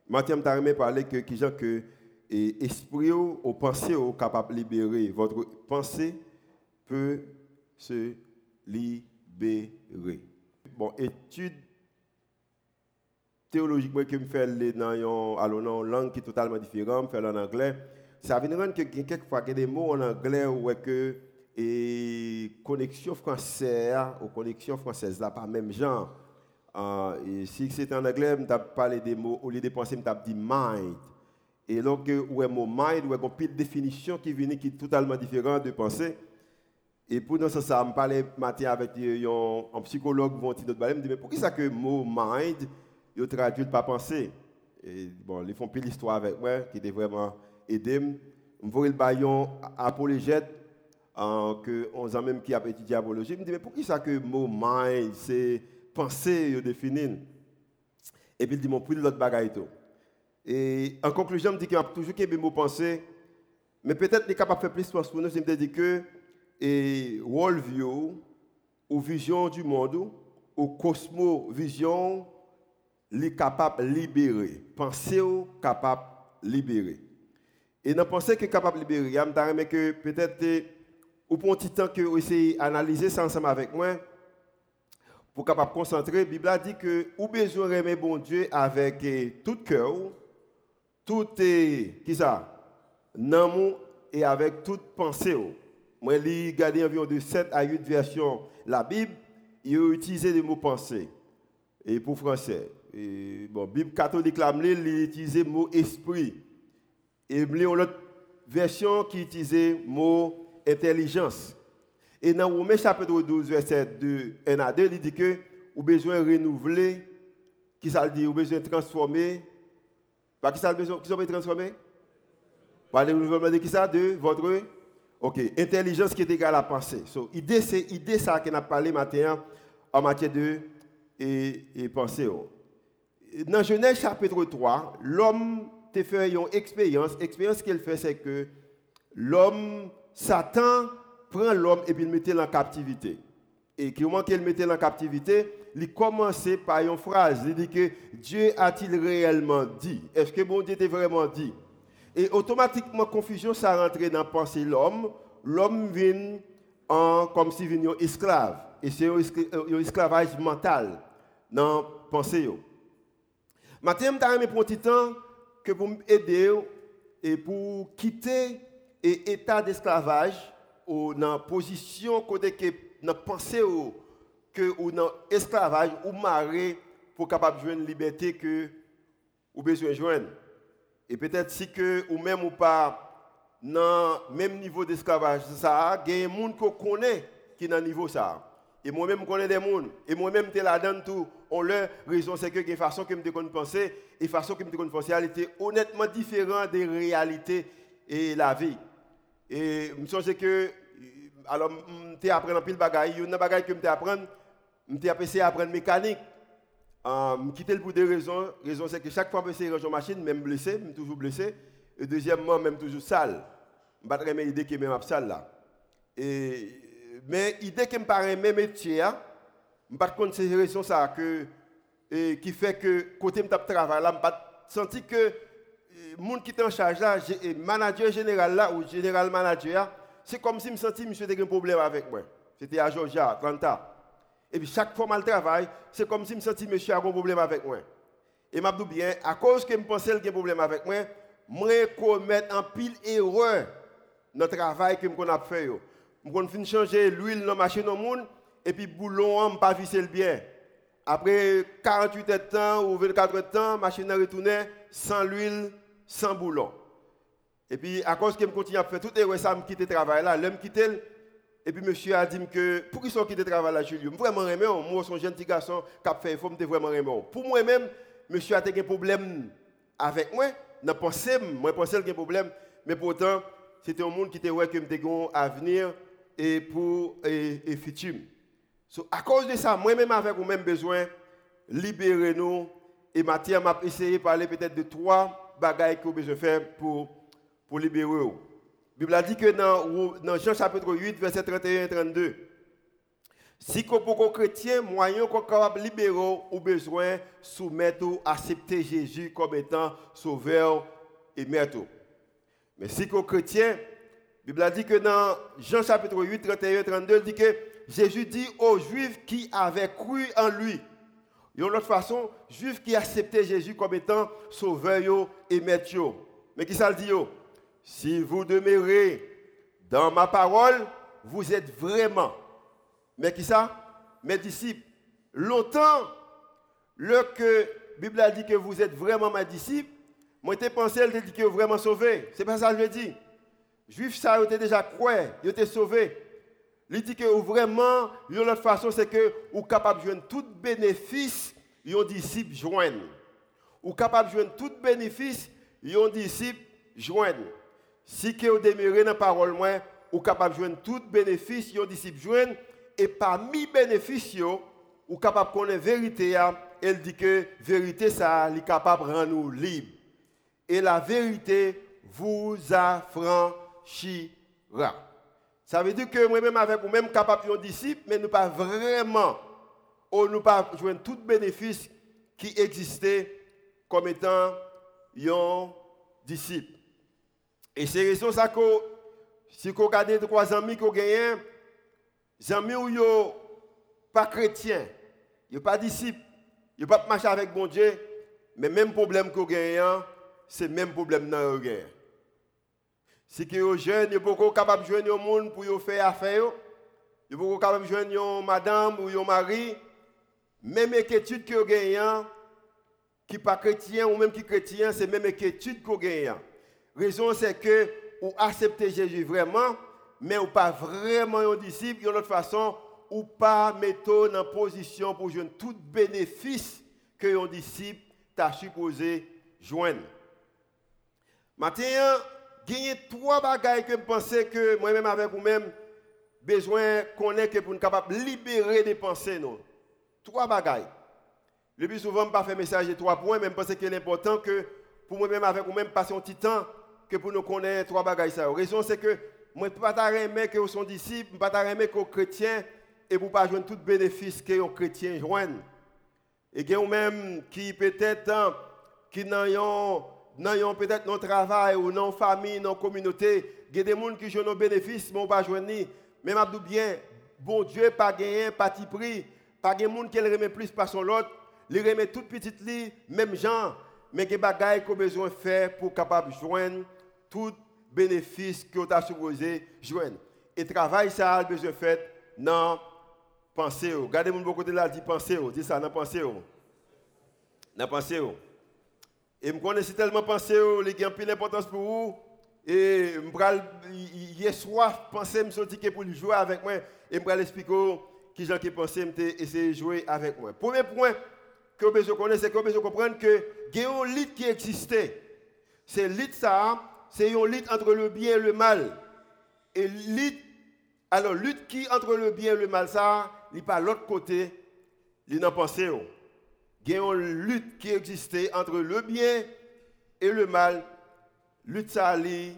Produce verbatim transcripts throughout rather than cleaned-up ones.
Mathieu m'a aimé parler que qui gens que et esprit ou ou pensée ou capable de libérer. Votre pensée peut se libérer. Bon, étude théologique moi que me fait dans une alors dans une langue qui est totalement différente, faire en anglais, ça veut dire que quelquefois il y a des mots en anglais où que et connexion française ou connexion française là pas même genre. Uh, et si c'était en anglais, je parlé des mots, au lieu de penser, je dit mind. Et donc, où est mon mind, où est une petite définition qui vient qui est totalement différente de penser. Et pour nous, ça, ça me parlait matin avec un, un psychologue, un petit autre, me dit, mais pourquoi ça que le mot mind, il traduit pas penser? Et bon, ils font pile l'histoire avec moi, qui était vraiment aidé. Je vois le baillon apologète, euh, que on a même qui a étudié apologie. Je me dit, mais pourquoi ça que le mot mind, c'est penser, il définit. Et puis il dit, mon prix de l'autre bagaille. Et en conclusion, je me dis qu'il y a toujours des mots penser, mais peut-être qu'il est capable de faire plus pour nous, c'est me dire que et worldview, ou vision du monde, ou cosmovision, est capable de libérer. Penser ou capable de libérer. Et dans penser que capable de libérer, je me dis que peut-être, ou pour un petit temps que vous essayez d'analyser ça ensemble avec moi, pour capable concentrer, la Bible a dit que vous besoin aimer bon Dieu avec eh, tout cœur, tout est qui ça, amour et avec toute pensée. Moi, j'ai regardé environ de sept à huit versions la Bible, il a utilisé le mot pensée et pour français. Et, bon, Bible catholique là, il a utilisé le mot esprit. Et il y a une autre version qui utilisait le mot intelligence. Et dans Romains chapitre douze, verset deux, un à deux, il dit que vous avez besoin de renouveler, qui ça dit, vous avez besoin de transformer. Par qui ça besoin, qui ça veut transformer? Par le renouvellement de qui ça? De votre ok, intelligence qui est égale à penser. So, idée, c'est idée ça qu'on a parlé matin en matière de et, et pensée. Dans Genèse chapitre trois, l'homme te fait une expérience. L'expérience qu'il fait, c'est que l'homme, Satan, prend l'homme et puis le met en captivité. Et comment qu'il le met en captivité, il commence par une phrase. Il dit que Dieu a-t-il réellement dit? Est-ce que bon Dieu t'a vraiment dit? Et automatiquement, confusion, ça rentre dans la pensée de l'homme. L'homme vient en, comme s'il vient un esclave. Et c'est un esclavage mental dans la pensée. Maintenant, je vais prendre un petit temps que pour m'aider et pour quitter l'état d'esclavage ou dans la position côté que dans pensée ou que ou dans esclavage ou marrer pour capable joindre liberté que ou besoin joindre. Et peut-être si que ou même ou pas dans même niveau d'esclavage ça, il y a des gens qu'on connaît qui dans niveau ça. Et moi-même, je connais des gens. Et moi-même, je suis là-dedans tout. On leur raison, c'est que la façon que je me penser, et la façon que je me penser, elle était honnêtement différente des réalités et la vie. Et je me sens que, alors, je apprends un pile de bagaille. Il y a une bagaille que je apprends, je essayé d'apprendre mécanique. Euh, je quitte le pour deux raisons. La raison, c'est que chaque fois que je essaye de ranger machine, même blessé, je suis toujours blessé. Et deuxièmement, même toujours sale. Je ne sais pas l'idée qui est même sale là. Et mais l'idée que je parle de mes métiers, je ne sais pas c'est la raison ça que, et, qui fait que côté de travail là, je sens que les gens qui sont en charge là, le manager général là, ou général manager, c'est comme si je sentais que monsieur avait un problème avec moi. C'était à Georgia, Atlanta. Et puis chaque fois que je travaille, c'est comme si je sentais que monsieur avait un problème avec moi. Et je dis bien, à cause que je pensais qu'il y a un problème avec moi, je commettre en pile erreur dans le travail que je a fait. Je vais changer l'huile dans la machine au monde et puis le boulon, je ne pas visser le bien. Après quarante-huit heures de temps ou vingt-quatre heures de temps, la machine a retourné sans l'huile, sans boulon. Et puis à cause que je continue à faire tout et ça me quitte le travail là, je me quitte et puis monsieur a dit que pour qu'ils sont quitté le travail là, Julio, vraiment aimé, moi son jeune petit garçon qui a fait, il faut me vraiment aimé. Pour moi-même, monsieur a eu un problème avec moi, je pensais, moi pensais qu'il y a un problème, mais pourtant c'était un monde qui était ouais que me un avenir et pour et, et futur. So, à cause de ça, moi-même avec vous-même besoin libérer nous et Mathieu m'a essayé de parler peut-être de trois bagailles que vous besoin faire pour pour libérer vous. La Bible a dit que dans, dans Jean chapitre huit verset trente et un et trente-deux, Si pour les chrétiens, moyen qu'on capable libérer ou besoin soumettre ou accepter Jésus comme étant sauveur et maître. Mais si les chrétiens, la Bible dit que dans Jean chapitre huit, trente et un trente-deux, il dit que Jésus dit aux Juifs qui avaient cru en lui. De l'autre façon, Juifs qui acceptaient Jésus comme étant sauveur et maître. Mais qui ça le dit? Si vous demeurez dans ma parole, vous êtes vraiment. Mais qui ça? Mes disciples. Longtemps, le que la Bible a dit que vous êtes vraiment mes disciples, moi j'ai pensé qu'elle dit que vous êtes vraiment sauvés. C'est pas ça que je dis. Juifs, ça, ils étaient déjà croyants, ils étaient sauvés. Il dit que vraiment, de l'autre façon, c'est que vous êtes capable de joindre tout bénéfice, les disciples joignent. Vous êtes capable de joindre tout bénéfice, les disciples joignent. Si vous demeurez dans la parole, vous êtes capable de joindre tout bénéfice, les disciples joignent. Et parmi les bénéfices, vous êtes capable de connaître la vérité. Elle dit que la vérité, ça, est capable de rendre nous libres. Et la vérité vous affranchira. Ça veut dire que moi-même, avec vous-même, capable de disciples, mais nous pas vraiment, ou nous pas joindre tout bénéfice qui existait comme étant un disciple. Et c'est raison ça que, si vous regardez trois amis que vous gagnez, les amis ou yo pas chrétiens, yo pas disciples, yo pas marcher avec bon Dieu, mais même problème que vous gagnez, c'est le même problème dans vous gagnez. Si vous êtes jeune, vous êtes capable de joindre un monde pour faire affaire, vous êtes capable de joindre une madame ou un mari, même inquiétude que vous gagnez, qui n'est pas chrétien ou même qui est chrétien, c'est même inquiétude que vous gagnez. La raison c'est que vous acceptez Jésus vraiment, mais vous pas vraiment un disciple, de l'autre façon, ou pas mettre dans position pour joindre tout bénéfice que un disciple t'a supposé joindre. Maintenant, il y a trois bagailles que je pense que moi-même avec vous-même, besoin de connaître pour nous capables de libérer des pensées. Non. Trois bagailles. Le plus souvent, je ne pas faire message de trois points, mais je pense que c'est important que pour moi-même avec vous-même, passer un petit temps que pour nous connaître trois bagailles. La raison, c'est que moi, je ne peux pas aimer que vous soyez disciples, je ne peux pas aimer que vous chrétiens et vous ne pas joindre tout bénéfice que les chrétiens joignent. Et que vous-même qui peut-être qui n'ont peut-être non travail ou non famille, non communauté, il y a des gens qui jouent nos bénéfices, mais on ne pas joindre. Mais je dis bien, bon Dieu, pas gagné, pas de prix, pas de gens qui remet plus par son lot, il remet toute petite lit, même gens, mais il y a des choses qu'on a besoin de faire pour capable joindre tout bénéfice que vous avez supposé joindre. Et le travail, ça a besoin de faire dans pensée. Regardez mon côté là, dit pensée, dit ça dans pensée. Dans pensée. Et je connais tellement pensée, il y a une pile d'importance pour vous. Et il y a soif, penser, me sortir pour jouer avec moi. Et je vais expliquer qui gens qui pensaient essayer de jouer avec moi. Premier point que vous besoin connaître, c'est que vous besoin comprendre que il y a un lit qui existait. C'est lit ça, c'est un lit entre le bien et le mal. Et lit, alors lutte qui entre le bien et le mal ça, il n'est pas l'autre côté, il n'a pas pensé. Il y a une lutte qui existait entre le bien et le mal. Lutte ça, il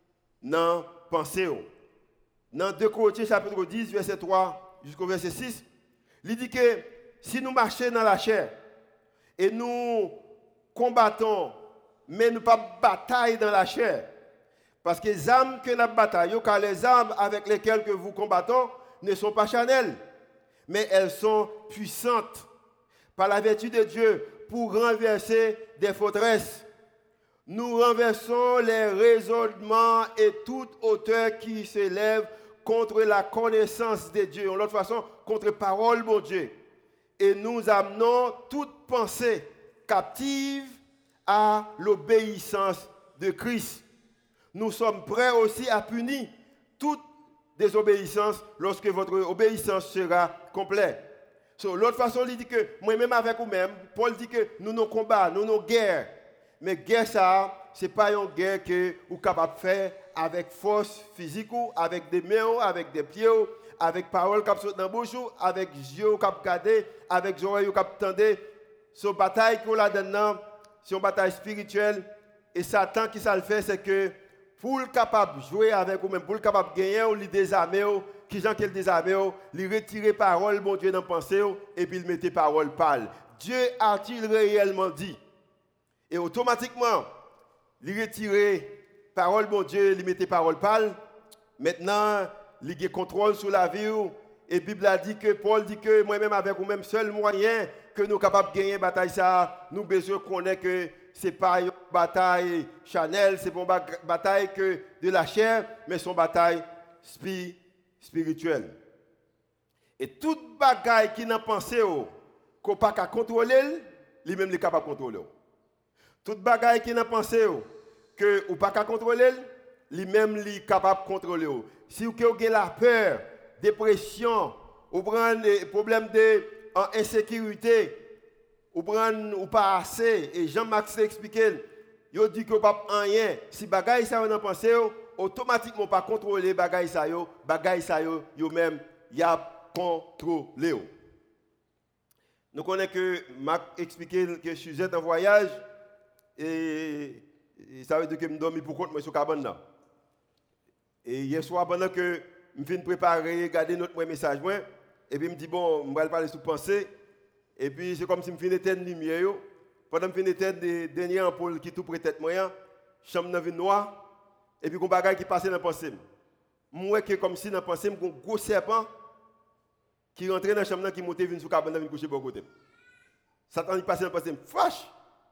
n'a pas pensé. Dans deux Corinthiens chapitre dix, verset trois jusqu'au verset six, il dit que si nous marchons dans la chair et nous combattons, mais nous pas bataille dans la chair, parce que les armes que nous bataillons, car les armes avec lesquelles que vous combattons ne sont pas charnelles, mais elles sont puissantes par la vertu de Dieu pour renverser des forteresses. Nous renversons les raisonnements et toute hauteur qui s'élève contre la connaissance de Dieu. En l'autre façon, contre la parole de Dieu. Et nous amenons toute pensée captive à l'obéissance de Christ. Nous sommes prêts aussi à punir toute désobéissance lorsque votre obéissance sera complète. So, l'autre façon, il dit que moi-même avec vous-même, Paul dit que nous nous combattons, nous nous guerres. Mais guerre, ça, ce n'est pas une guerre que vous êtes capable de faire avec force physique, avec des mains, avec des pieds, avec paroles qui sont dans la bouche, avec les yeux qui regardent, avec les oreilles qui entendent. Cette bataille qu'on a dedans, c'est une bataille spirituelle. Et Satan, qui ça le fait, c'est que pour le capable de jouer avec vous-même, pour le capable de gagner, ou les désarmer, qui Jean qu'elle désarmé, il retirait parole, bon Dieu, dans la pensée, et puis il mettait parole pâle. Dieu a-t-il réellement dit? Et automatiquement, il retirait parole, bon Dieu, il mettait parole pâle. Maintenant, il a contrôle sur la vie. Et la Bible a dit que, Paul dit que moi-même, avec vous-même, seul moyen que nous sommes capables de gagner la bataille, ça, nous besoin connaître que ce n'est pas une bataille charnelle, ce n'est pas une bataille que de la chair, mais c'est une bataille spirituelle. Et toute bataille qui n'a pensé qu'on n'a pas qu'à contrôler, lui-même est capable de contrôler. Toute bataille qui n'a pensé que ou pas qu'à contrôler, lui-même est capable de contrôler. Si vous avez la peur, dépression, ou prendre des problèmes d'insécurité, ou prendre ou pas assez, et Jean-Max l'a expliqué, il dit que pas rien. Si bagaille ça on pense, automatiquement pas contrôler bagaille ça yo, bagaille ça yo, yo même y a contrôlé. Nous connaissons que Marc expliqué que Suzette en voyage et, et ça veut dire que me dormi pour compte moi sur cabane là. Et hier soir pendant que je viens préparer, regarder notre premier message moi et puis me dit bon, on va parler sur pensée et puis c'est comme si me fin éteindre lumière yo. Pendant que je fin éteindre des dernières ampoules qui tout près tête moi, chambre dans ville noire et puis qu'on bagaille qui passait dans pensée. Moi que comme si dans pensée un gros serpent qui rentrait dans la chambre qui montait vinn sur cabane vinn coucher bon côté. Satan il passait dans pensée, fâche.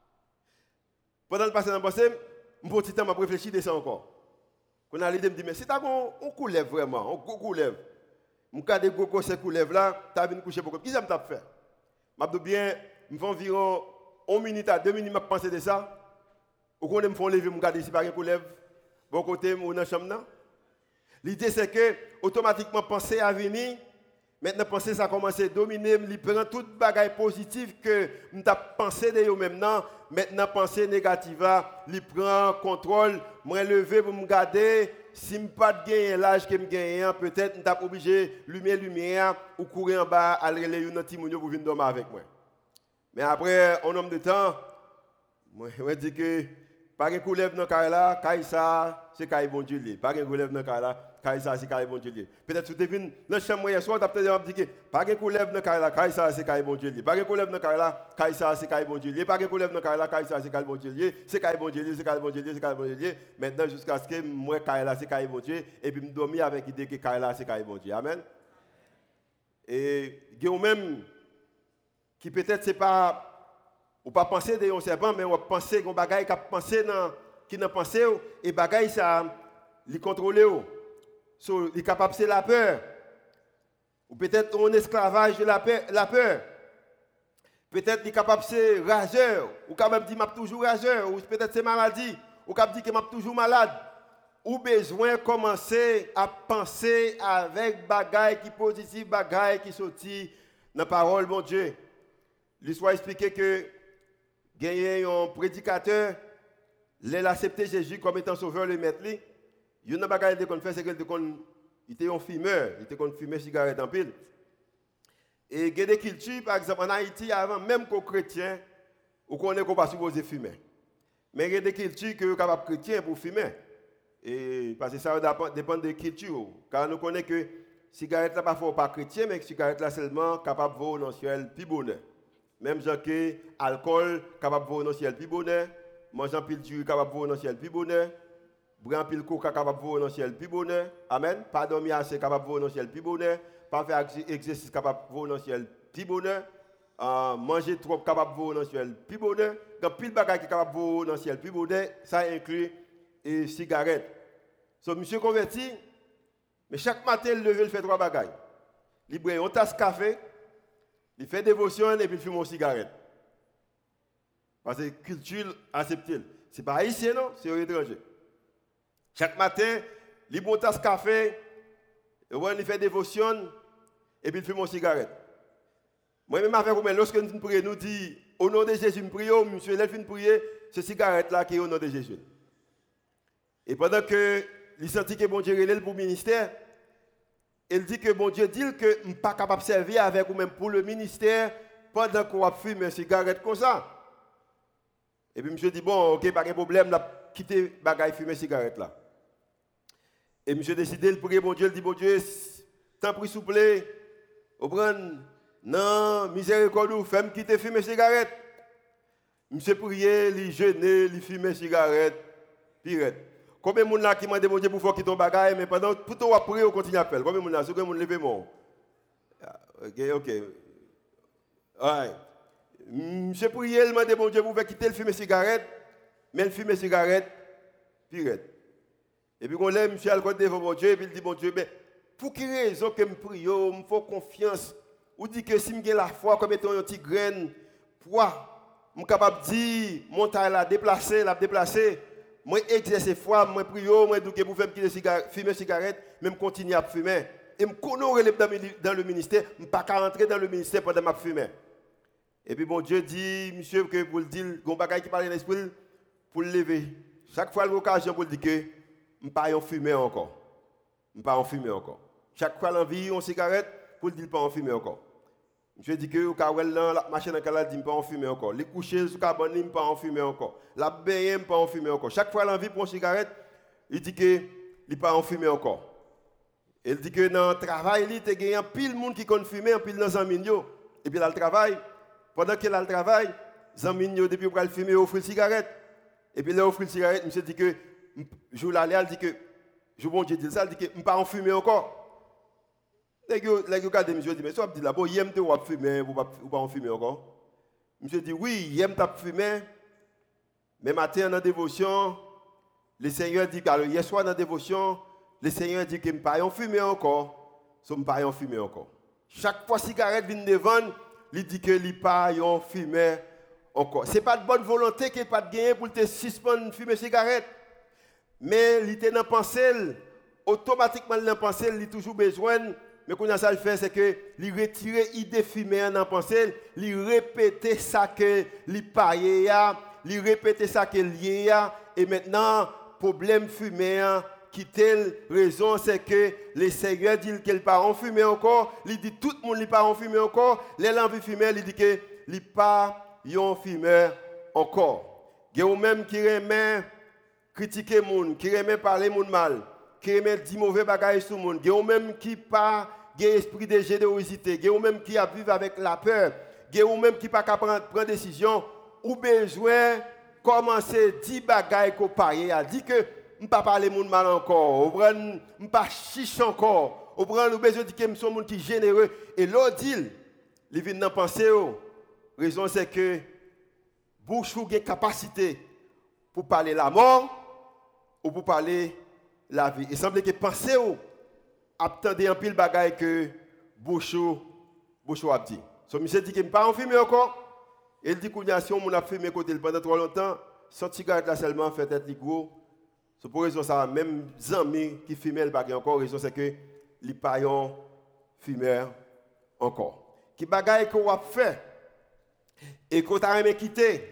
Pendant le passé dans pensée, un petit temps m'a réfléchi descend encore. Quand on a l'idée me dit mais c'est ta on coulève vraiment, on gros coulève. Mon cas de gros gros ces coulève là, tu vinn coucher bon côté. Qui ça me t'a fait? M'a dit bien, me fait environ une minute à deux minutes m'a pensé de ça. Ou qu'on me font lever mon garder si pas un coulève bon côté ou dans la chambre là. L'idée c'est que automatiquement penser à venir. Maintenant, penser ça commence à dominer, il prend toute bagaille positive que je pensé de eux maintenant. Maintenant, penser négative là, il prend contrôle, moi lever pour me garder. Si je n'ai pas de gain l'âge que je gagne, peut-être je suis obligé de lumière lumière ou courir en bas, aller les une petit pour venir dormir avec moi. Mais après un homme de temps, moi je dis que pas de coulève dans le cas là, Kaïsa, c'est Kaï bon Dieu. Pas de coulève dans le cas là. Kaïsa, c'est Kaï bon Dieu. Peut-être que tu devines dans la chambre hier soir, tu as peut-être dit que pas de coulève dans le cas là, Kaïsa, c'est Kaï bon Dieu. Pas de coulève dans le cas là, Kaïsa, c'est Kaï bon Dieu. Pas de coulève dans le cas là, Kaïsa, c'est Kaï bon Dieu. C'est Kaï bon Dieu, c'est Kaï bon Dieu, c'est Kaï bon Dieu. Maintenant, jusqu'à ce que moi, Kaï là, c'est Kaï bon Dieu. Et puis, je dormir avec l'idée que Kaï là, c'est Kaï bon Dieu. Amen. Et il y a même qui peut-être c'est pas ou pas penser de un serpent, mais on penser qu'on bagaille qui penser dans qui n'a pensé et bagaille ça li contrôler. So, il est capable c'est la peur. Ou peut-être un esclavage de la peur. La peur. Peut-être il est capable c'est rageur. Ou capable dire m'a toujours rageur. Ou peut-être c'est maladie. Ou capable dire que m'a toujours malade. Ou besoin commencer à penser avec bagaille qui positif, bagaille qui sorti dans la parole bon Dieu. L'histoire expliquait que gagner un prédicateur, il a accepté Jésus comme étant sauveur le maître. Il y a une bagaille qu'on fait, c'est qu'il était un fumeur, il était un fumeur cigarette en pile. Et il y a des cultures, par exemple en Haïti, avant même qu'aux chrétiens, on connaît qu'on ne pas supposé fumer. Mais il y a des cultures qui sont capables de chrétiens pour fumer. Et parce que ça dépend des cultures. Car nous connaissons que la cigarette là pas faut pas chrétien, mais la cigarette là seulement capable de voler dans le ciel plus bonheur. Même gens que l'alcool capable de voler dans le ciel plus bonheur, mangeant pile du capable de voler dans le ciel plus bonheur. Boire pile coca capable de voler dans le ciel plus bonheur. Amen. Pas dormir assez capable de voler dans le ciel plus bonheur. Pas faire exercice capable de voler dans le ciel plus bonheur. Uh, manger trop capable de voler dans le ciel plus bonheur. Donc pile bagage qui capable de voler dans le ciel plus bonheur, ça inclut et cigarette. So monsieur converti, mais chaque matin il lever il fait trois bagages. Il boit une tasse de café, il fait dévotion et puis il fume une cigarette. Parce que culture acceptée. C'est pas haïtien non, c'est étranger. Chaque matin, il boit une tasse de café, il fait dévotion et puis il fume une cigarette. Moi-même, avec vous, lorsque nous prions, nous disons au nom de Jésus, nous prions, monsieur, il finit de prier, c'est cigarette-là qui est au nom de Jésus. Et pendant que il sentit que bon Dieu est pour le ministère, il dit que bon Dieu dit que je ne suis pas capable de servir avec vous même pour le ministère pendant qu'on va fumer une cigarette comme ça. Et puis monsieur dit, bon, ok, pas de problème, je vais quitter la fumer cigarette là. Et monsieur décidé de prier bon Dieu, il dit, bon Dieu, tant pris souple, au prendre non miséricorde, femme qui te fume cigarette. Monsieur prier, li jeûner, li fumer cigarette, pirate. Combien de monde là qui m'a demandé pour faire quitter ton bagage mais pendant tout ton après on continue à faire. Combien de monde là, c'est que monde lever mon. OK, OK. Ouais. Monsieur prier, il m'a demandé pour faire quitter le fumer cigarette, mais le fumer cigarette, pirate. Et puis, on l'aime, monsieur, al côté devant mon Dieu, et puis il dit, bon Dieu, mais pour quelle raison que je prie, je me fais confiance, ou dit que si je la foi, comme étant une petite graine, poids, je suis capable de dire, montagne la déplacer, la déplacer, moi exercer foi, moi prie, moi dis pour faire fumer cigarette, mais je continue à fumer. Et je connais dans le ministère, je ne peux pas rentrer dans le ministère pendant que je fume. Et puis, bon Dieu dit, monsieur, que pour le dire, il y a un bagage qui parle dans l'esprit, pour le lever. Chaque fois, l'occasion pour le dire que je ne peux pas en fumer encore. Je ne peux pas en fumer encore. Chaque fois, l'envie, on cigarette, pour le dire pas en fumer encore. Je dis que la machine à calade, je ne peux pas en fumer encore. Les coucher sur la cabane, je ne peux pas en fumer encore. La baigner, je ne peux pas en fumer encore. Chaque fois, l'envie pour une cigarette, il dit que il ne peut pas en fumer encore. Il dit que dans le travail, il y a pile de monde qui compte fumer, pile dans un million. Et puis, dans le travail, pendant qu'il a le travail, Zamigno, depuis qu'il a fumé, il offre une cigarette. Et puis, il offre une cigarette, monsieur dit que, je l'allais, il dit que, je bon Dieu dit ça, il dit que, je ne peux pas en fumer encore. Les gars, regardez, monsieur dit, mais ça, dit là, bon, il aime te fumer, ou pas en fumer encore. Monsieur dit, oui, il aime te fumer, mais matin, dans la dévotion, le Seigneur dit, alors, hier soir, dans la dévotion, le Seigneur dit que je ne peux pas en fumer encore, je ne peux pas en fumer encore. Chaque fois, cigarette vient devant, il dit que il pas yon fumer encore. Ce n'est pas de bonne volonté qu'il pas de gagner pour te suspendre de fumer cigarette. Mais il était dans pensée, automatiquement dans pensée, il a toujours besoin. Mais quand ça le fait, c'est que il retire l'idée fumer dans pensée, il répète ça que il paye ya, il répète ça que lié ya et maintenant problème fumer qui telle raison, c'est que le Seigneur dit qu'il pas en fumer encore. Il dit tout le monde n'est pas en fumer encore. Les envie de fumer, il dit que il pas en fumer encore. Il y a même qui remet critiquer les gens, qui remet parler les gens mal, qui remet dire mauvais bagages sur les gens. Il y a même qui pas esprit de générosité. Il y a même qui a vivre avec la peur. Il y a même qui pas prendre prendre décision ou besoin commencer dix bagages qu'on paye. Il dit que je ne peux pas parler de mal encore, je ne peux pas chicher encore, je ne peux pas dire que je suis un monde qui est généreux. Et l'autre dit, il vient d'en penser. La raison c'est que bouche a une capacité pour parler la mort ou pour parler la vie. Il semble que penser attendez un pile bagaille que bouche a dit. So monsieur dit que je ne peux pas en fumer encore. Il dit que si on a fumé côté pendant trop longtemps, sans cigarette là seulement fait être gros. C'est pour raison ça, même les amis qui fument le bagage encore, raison c'est que les paillons fument encore. Qui bagaille qu'on a fait et qu'on a même quitté,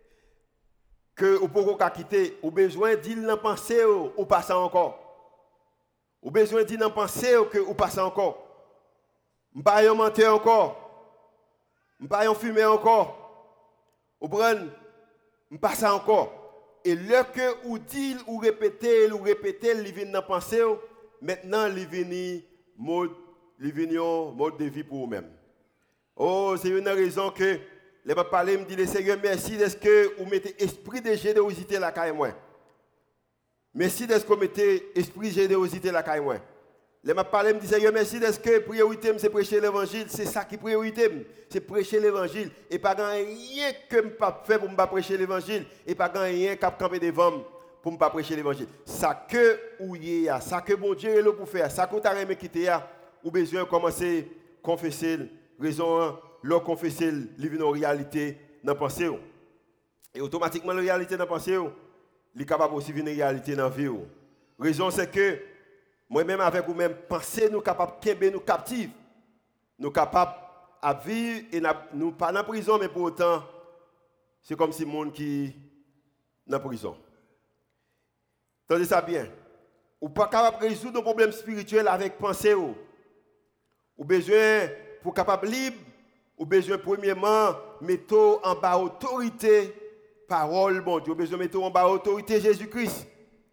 que ou pour qu'on quitter, ou besoin d'il n'en penser ou passer encore. Ou besoin d'il n'en penser que ou passer encore. M'paillons mentir encore. M'paillons fumer encore. Ou prendre m'passer encore. Et le que ou dit ou répéter ou répéter, il vient dans penser maintenant il vient mode il vient mode de vie pour vous-même. Oh, c'est une raison que les papas me dit le Seigneur merci de ce que vous mettez esprit de générosité la caille moi. Merci de ce que vous mettez esprit de générosité la caille moi. Les papas me dit Seigneur merci de ce que priorité c'est prêcher l'évangile, c'est ça qui priorité, c'est prêcher l'évangile et pas rien que me pas faire pour me pas prêcher l'évangile et pas rien cap camper devant pour me pas prêcher l'évangile. Ça que ou y a, ça que bon Dieu est là pour faire, ça que tu as aimé quitter ou besoin commencer confesser raison leur confesser livre en réalité dans pensée et automatiquement la réalité dans pensée il est capable aussi venir réalité dans vie. Raison c'est que moi-même avec vous-même, penser nous capables de nous captifs. Nous capables à vivre et nous pas dans la prison, mais pour autant, c'est comme si le monde qui est dans la prison. Entendez ça bien. Ou pas capable de résoudre nos problèmes spirituels avec pensée. Ou, ou besoin pour capable libre, ou besoin premièrement mettre en bas autorité, parole, bon Dieu. Ou besoin mettre en bas autorité Jésus-Christ.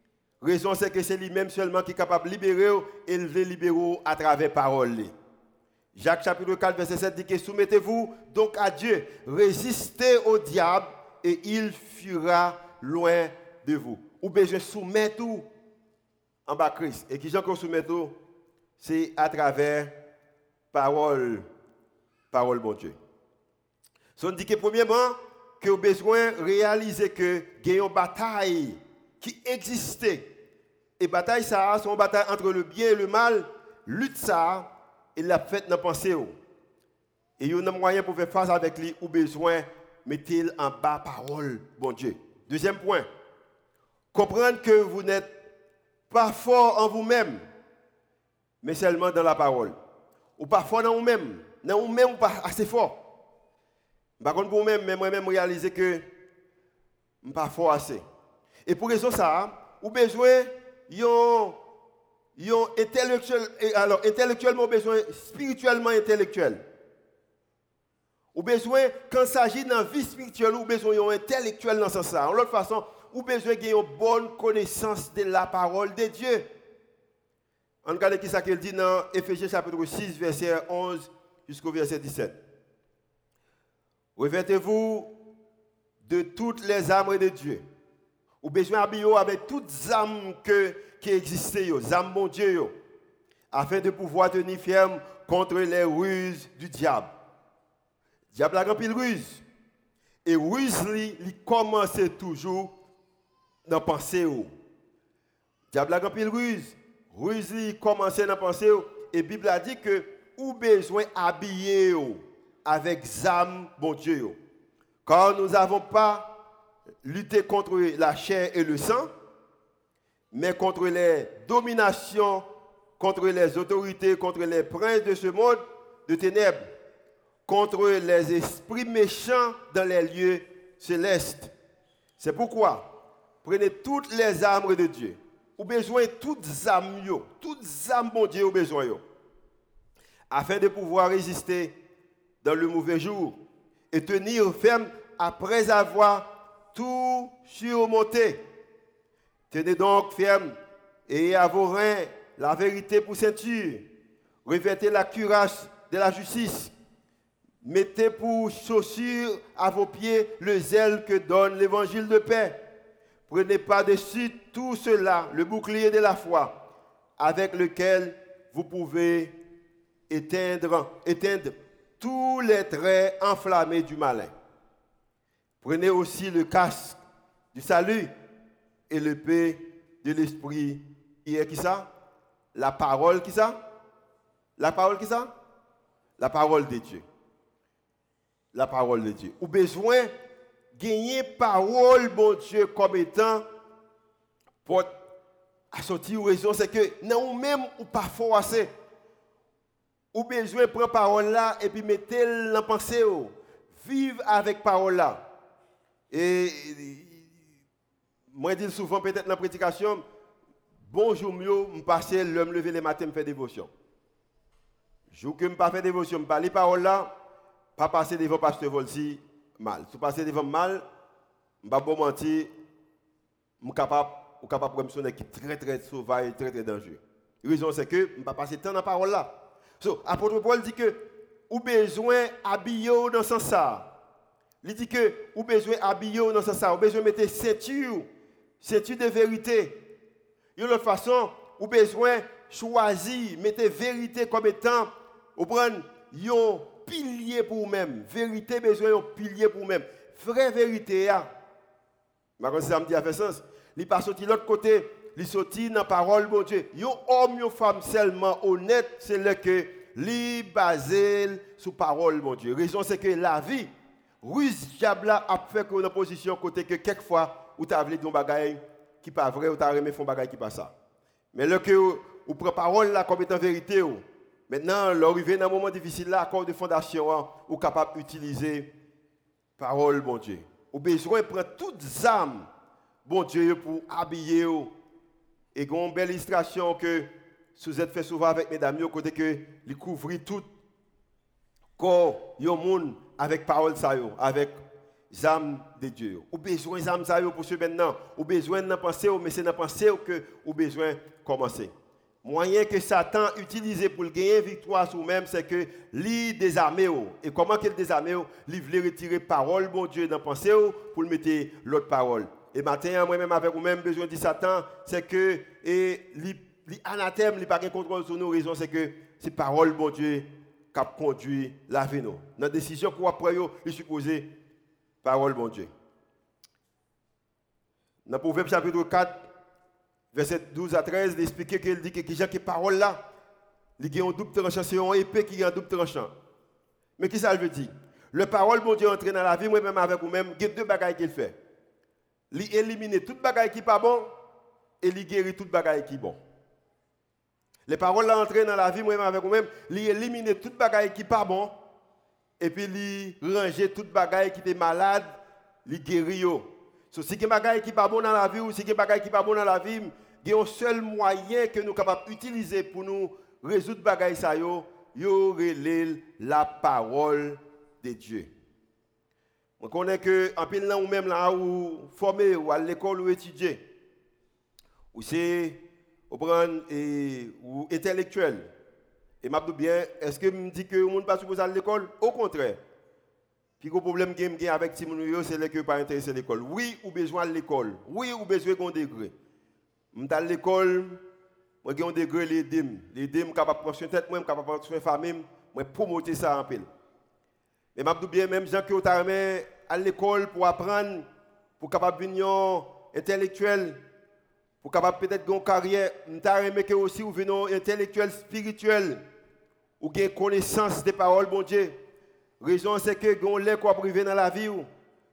Raison c'est que c'est lui-même seulement qui est capable de libérer et de libérer à travers parole. Jacques chapitre quatre verset sept dit que soumettez-vous donc à Dieu, résistez au diable et il fuira loin de vous. Ou bien je soumets tout en bas Christ. Et qui j'en qu'on soumet tout, c'est à travers parole, parole bon Dieu. So, on dit que premièrement, que vous avez besoin de réaliser que il y a une bataille qui existait. Et bataille ça, c'est une bataille entre le bien et le mal. Lutte ça, et la fête dans pensée. Et il y a un moyen pour faire face avec lui, ou besoin de mettre en bas parole, bon Dieu. Deuxième point, comprendre que vous n'êtes pas fort en vous-même, mais seulement dans la parole. Ou pas fort dans vous-même, dans vous-même ou pas assez fort. Par contre, pour vous-même, mais moi-même réaliser que je ne suis pas fort assez. Et pour raison ça, vous avez besoin yon yon intellectuel alors intellectuellement besoin spirituellement intellectuel. Ou besoin quand il s'agit dans vie spirituelle ou besoin yon intellectuel dans ce sens. En l'autre façon, ou besoin qu'il y ait une bonne connaissance de la parole de Dieu. On regarde qui ça qu'il dit dans Éphésiens chapitre six verset onze jusqu'au verset dix-sept. Revêtez-vous de toutes les armes de Dieu. Ou besoin d'habiller avec toutes les armes que, qui existent, les armes bon Dieu, yo, afin de pouvoir tenir ferme contre les ruses du diable. Le diable a rempli de ruse. Et ruse, il commence toujours dans la pensée. Le diable a rempli de ruse. Ruse, il commence dans la pensée. Et la Bible a dit que ou besoin d'habiller avec les armes bon Dieu. Yo. Car nous n'avons pas lutter contre la chair et le sang, mais contre les dominations, contre les autorités, contre les princes de ce monde de ténèbres, contre les esprits méchants dans les lieux célestes. C'est pourquoi, prenez toutes les armes de Dieu. Vous avez besoin de toutes les armes, toutes les armes, bon Dieu, vous avez besoin, afin de pouvoir résister dans le mauvais jour et tenir ferme après avoir tout surmonté. Tenez donc ferme et à vos reins la vérité pour ceinture. Revêtez la cuirasse de la justice. Mettez pour chaussure à vos pieds le zèle que donne l'évangile de paix. Prenez par-dessus tout cela le bouclier de la foi avec lequel vous pouvez éteindre, éteindre tous les traits enflammés du malin. Prenez aussi le casque du salut et l'épée de l'esprit. Hier, qui ça? La parole, qui ça? La parole, qui ça? La parole de Dieu. La parole de Dieu. Ou besoin de gagner parole, bon Dieu, comme étant pour sortir aux raisons, c'est que non, même ou pas fort assez. Ou besoin de prendre parole là et puis mettre la pensée. Vivre avec parole là. Et moi, je dis souvent, peut-être dans la prédication, bonjour, mieux, je passe l'homme lever le matin, je fais dévotion. Jour que je ne fais pas dévotion, je parle les paroles là, pas passer devant pasteur Volsi mal. Si je passe devant mal, je ne vais pas mentir, je suis capable de me sonner qui est très très sauvage, très très dangereux. La raison c'est que je ne vais pas passer tant dans la parole là. So, apôtre Paul dit que, vous avez besoin d'habiller dans ce sens. Il dit que vous avez besoin d'habiller dans ce sens, vous avez besoin de mettre ceinture, ceinture de vérité. De l'autre façon, vous avez besoin de choisir, mettre vérité comme étant, vous prenez un pilier pour vous-même. Vérité, besoin d'un pilier pour vous-même. Vraie vérité, je ne sais pas si ça me dit à faire sens. Il n'est pas sorti de l'autre côté, il est sorti dans la parole, bon Dieu. Un homme, une femme seulement honnête, c'est le que li basé sur parole, mon Dieu. Raison c'est que la vie, ruse diable a fait qu'on a position côté que quelquefois ou t'as voulu dire bagaille qui pas vrai ou t'as remis font bagaille qui pas ça. Mais le que ou prend parole là comme étant vérité ou maintenant l'arrivée dans un moment difficile là accord de fondation ou capable d'utiliser parole, bon Dieu. Ou besoin de prendre toutes les armes, bon Dieu, pour habiller ou. Et une belle illustration que vous êtes fait souvent avec mesdames, au côté que les couvrir tout corps, yo monde avec parole ça yo, avec âmes de Dieu. Ou besoin d'âmes ça pour ce maintenant. Ou besoin de penser, mais c'est dans penser que ou besoin de commencer. Moyen que Satan utilise pour gagner victoire sur lui-même, c'est que lui désarmer. Et comment qu'il désarme? Il veut retirer parole bon Dieu dans penser pour mettre l'autre parole. Et maintenant, moi-même avec vous-même besoin de Satan, c'est que et l'anathème, il n'a pas de contrôle sur nos raisons, c'est que c'est parole bon Dieu qui a conduit la vie. Dans la décision pour après, il suppose parole bon Dieu. Dans Proverbe chapitre quatre, verset douze à treize, il explique qu'il dit que qui que parole là, il y a un double tranchant, c'est une épée qui a un double tranchant. Mais qui ça veut dire? Le parole bon Dieu entre dans la vie, moi-même avec vous-même, il y a deux bagailles qu'il fait. Il élimine toute bagaille qui n'est pas bon et il guérit toute bagaille qui est bon. Les paroles là entrent dans la vie, moi-même avec vous-même, il élimine toute bagaille qui n'est pas bon et puis il range toute bagaille qui est malade, il guérit. So, si il y a des bagaille qui n'est pas bon dans la vie ou si il y a des bagaille qui n'est pas bon dans la vie, il y a un seul moyen que nous sommes capables d'utiliser pour nous résoudre les bagailles, c'est la parole de Dieu. On connaît que en pile là ou même là où formé ou à l'école ou étudier ou c'est ou prendre et ou intellectuel et m'a dit bien est-ce que me dit que le monde pas supposé aller à l'école? Au contraire. Puis le problème que j'ai avec Timon c'est que pas intéressé à l'école. Oui, ou besoin de l'école. Oui, ou besoin d'un degré. M'ta à l'école, moi j'ai un degré les dîmes, les dîmes capable prendre soin tête moi capable prendre soin famille, moi promouvoir ça en pile. Et m'a dit bien même gens qui ont à l'école pour apprendre pour capable venir intellectuel pour capable peut-être une carrière, m'ta aimé que aussi ou venir intellectuel spirituel ou gain connaissance des paroles bon Dieu. Raison c'est que gon lè quoi privé dans la vie ou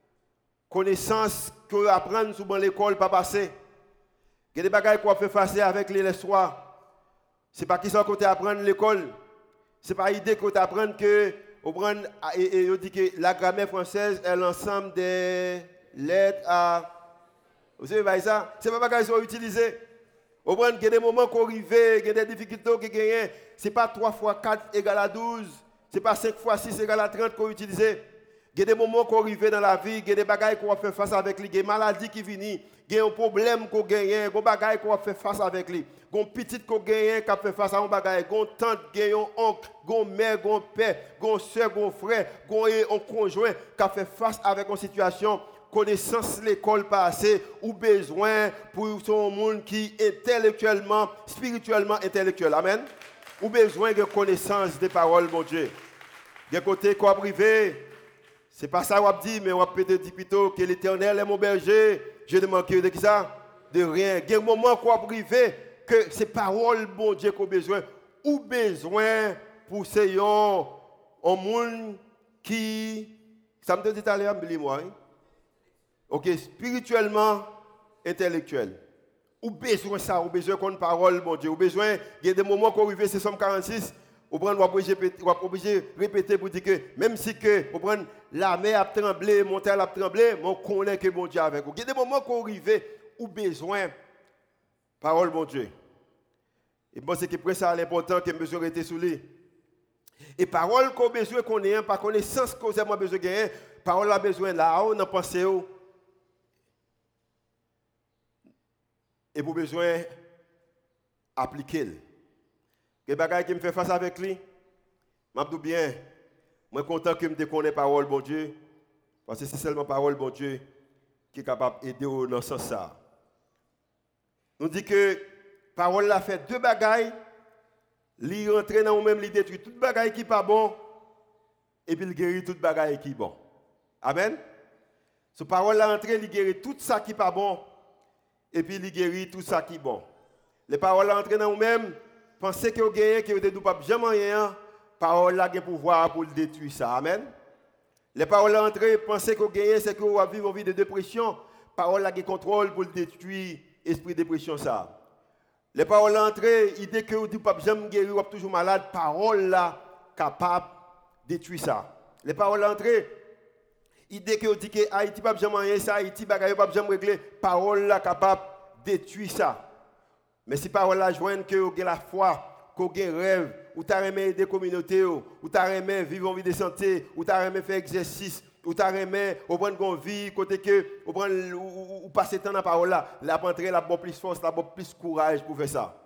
connaissance que apprendre souvent l'école pas passer. Il y a des bagages qu'on fait face avec les soirs. C'est pas qui sont côté apprendre l'école. C'est pas idée qu'on apprendre que on prend et, et on dit que la grammaire française est l'ensemble des lettres à vous savez ça, c'est pas bagages sont utilisés. On prend qu'il y a des moments qu'on arrive, il y a des difficultés qui gagnent, c'est pas trois fois quatre égale à douze. Ce n'est pas cinq fois six égale à trente qu'on utilise. Il y a des moments qu'on arrive dans la vie, il y a des bagages qu'on va faire face avec lui, il y a des maladies qui viennent, il y a un problème qu'on gagne, il y a des bagages qu'on va faire face avec lui. Il y a une petite qu'on gagne qui fait face à un bagage, il y a une tante, il y a un oncle, il y a une mère, il y a un père, il y a une soeur, il y a un frère, il y a un conjoint qui fait face avec une situation, connaissance l'école passée ou besoin pour son monde qui est intellectuellement, spirituellement intellectuel. Amen. Ou besoin de connaissance des paroles, mon Dieu. Des côtés quoi privé, c'est pas ça qu'on dit, mais on peut dire plutôt que l'Éternel est mon berger. Je ne manque de qui ça? De rien. Il y a un moment quoi privé que ces paroles, mon Dieu, qu'on a besoin. Ou besoin pour ces gens, un monde qui, ça me dit tout à l'heure, moi. Hein? Ok, spirituellement, intellectuel. Ou besoin ça, ou besoin qu'on parole, mon Dieu. Ou besoin, il y a des moments qu'on arrive, c'est Somme quarante-six, ou prendre, ou obligé répéter pour dire que même si que, ou prendre, la mer a tremblé, montagne a tremblé, mais on connaît que mon Dieu avec vous. Il y a des moments qu'on arrive, ou besoin, parole, mon Dieu. Et bon, c'est que pour ça, l'important que besoin rester sous lui. Et parole qu'on besoin qu'on ait, par connaissance qu'on a besoin de gagner, parole a besoin là, on a pensé, et pour besoin appliquer. Quel bagage qui me fait face avec lui? Je dis bien, je suis content que je me connaisse parole, bon Dieu, parce que c'est seulement parole, bon Dieu, qui est capable d'aider dans ce sens. Nous dit que parole l'a fait deux bagailles, il rentre dans nous-mêmes, il détruit toute bagaille qui n'est pas bon, et puis il guérit toute bagaille qui est bon. Amen. Ce parole l'a rentré, il guérit tout ça qui n'est pas bon. Et puis il guérit tout ça qui est bon. Les paroles entrent dans nous-mêmes, pensez que vous gagnez, que vous ne pas jamais rien, parole là a pouvoir pour le détruire ça. Amen. Les paroles entrent, pensez que vous gagnez, c'est que vous vivez une vie de dépression, parole là a contrôle pour le détruire, esprit de dépression ça. Les paroles entrent, idée que vous ne pas jamais guérir, vous êtes toujours malade, parole là capable de détruire ça. Les paroles entrent, idée que vous dites que Haïti pas jamais rien ça, Haïti bagaille pas jamais régler, parole là capable détruire ça. Mais si parole là joigne que vous avez la foi, que vous avez rêve, ou tu as aimé aider la communauté, ou tu as aimé vivre en vie de santé, ou tu as aimé faire exercice, ou ta remet, ou prend une vie, côté que, ou prend, ou, ou passer temps dans la parole là, la rentrer, la bon plus force, la bon plus courage pour faire ça.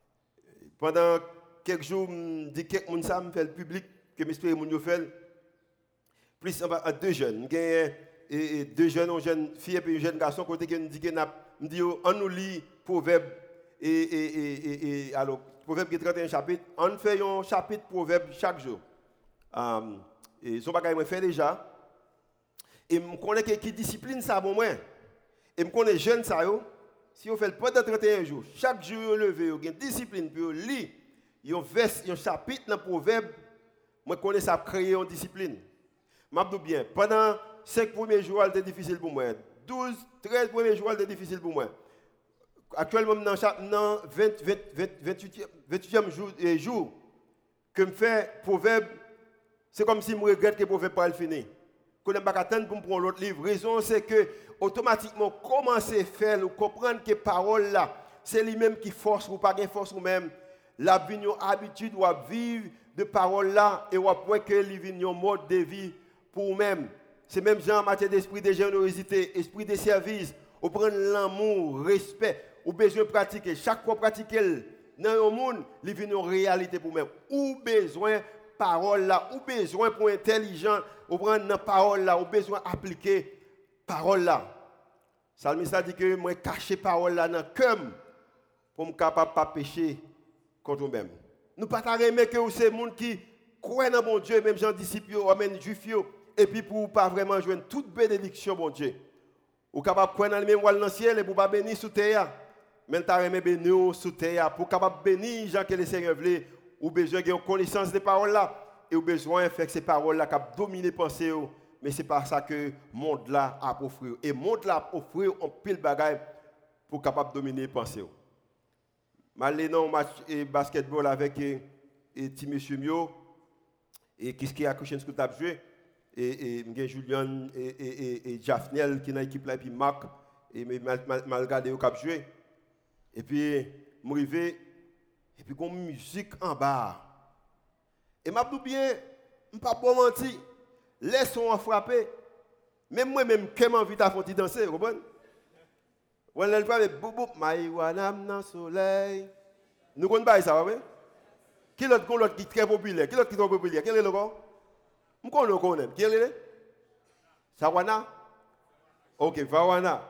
Pendant quelques jours, je dis que quelques personnes ça me fait le public, que m'espère mon yo fait, plus en deux jeunes, et, et deux jeunes, une jeune fille et un jeune garçon, côté que me dit que me dit on nous lit proverbe et et et et, et alors proverbe qui trente et un chapitres, on fait un chapitre proverbe chaque jour. Um, et son bagage me fait déjà. Et me connais qui discipline ça bon moi. Et me connais jeune ça yo. Si on fait pendant trente et un jours, chaque jour on lever, on gagne discipline puis on lit, un verse, un chapitre dans proverbe, moi connais ça créer une discipline. M'abdou bien, pendant cinq premiers jours, c'était difficile pour moi. douze, treize premiers jours, c'était difficile pour moi. Actuellement, dans le vingt-huitième jour, eh, jour que je fais proverbe, c'est comme si je regrette que le proverbe pas fini. Je ne peux pas attendre pour me prendre l'autre livre. La raison, c'est que automatiquement, commencer à faire ou comprendre que parole là, c'est lui-même qui force ou pas qui force ou même. La vie, habitude ou à vivre de parole là et ou à point que lui un mode de vie pour vous-même. C'est même genre en matière d'esprit de générosité, esprit de service, ou prendre l'amour, respect, ou besoin de pratiquer. Chaque fois pratiquer dans le monde, il vient une réalité pour vous-même. Ou besoin de parole là, ou besoin pour intelligent, ou prendre la parole là, ou besoin d'appliquer parole là. Salmiste a dit que moi cacher parole là dans le cœur pour me capable pas pécher contre nous-mêmes. Nous ne pouvons pas aimer que c'est les gens qui croient dans bon Dieu, même gens disciples, même juifs, et puis pour ne pas vraiment joindre toute bénédiction, bon Dieu. Ou capable de prendre dans le même dans le ciel et pour ne pas bénir sous terre. Mais tu as aimé bénir sous terre. Pour capable bénir les gens que le Seigneur veut, ou besoin de connaissance des paroles là. Et ou besoin de faire que ces paroles là qui dominent les pensées. Mais ce n'est pas ça que le monde là a offert. Et le monde là a offert un pile de bagages pour capable dominer les pensées. Je suis allé dans un match de basketball avec un petit monsieur Mio. Et qu'est-ce qui a couché ce que tu as joué? Et et Julien et et et Jafnel qui dans l'équipe là et puis Marc et mal mal regardé au cap jouer et puis m'arrivé et puis comme musique en bas et m'a tout bien pas bon menti les sons ont frappé même moi même que m'envie t'a font danser vous comprenez on elle parle boubou marijuana dans soleil nous connaissons pas ça ouais qui l'autre l'autre qui très populaire qui l'autre qui très populaire quel est le gars je connais. Qui est-ce? Sawana? Ok, Vawana.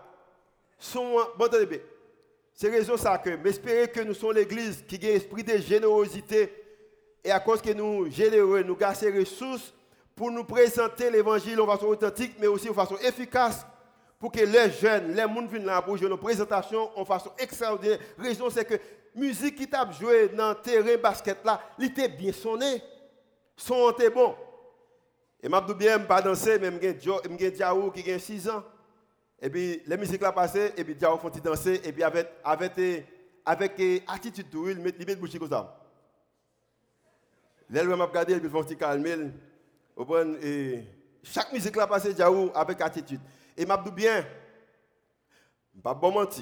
C'est raison ça que j'espère que nous sommes l'église qui a un esprit de générosité et à cause que nous généreux, nous gardons ces ressources pour nous présenter l'évangile de façon authentique mais aussi de façon efficace pour que les jeunes, les gens viennent là pour jouer nos présentations de façon extraordinaire. La raison c'est que la musique qui t'a joué dans le terrain basket là, il était bien sonné. Son était bon. Et je ne bien pas danser, mais je suis Diaou qui a six ans. Et puis, la musique là passée, et puis Diaou font danser, et puis avec, avec, avec attitude, il met le bouche comme ça. Là, je m'a regardé, et puis font calmer. Et chaque musique là passée, Diaou avec attitude. Et je me bien, je ne pas bon mentir.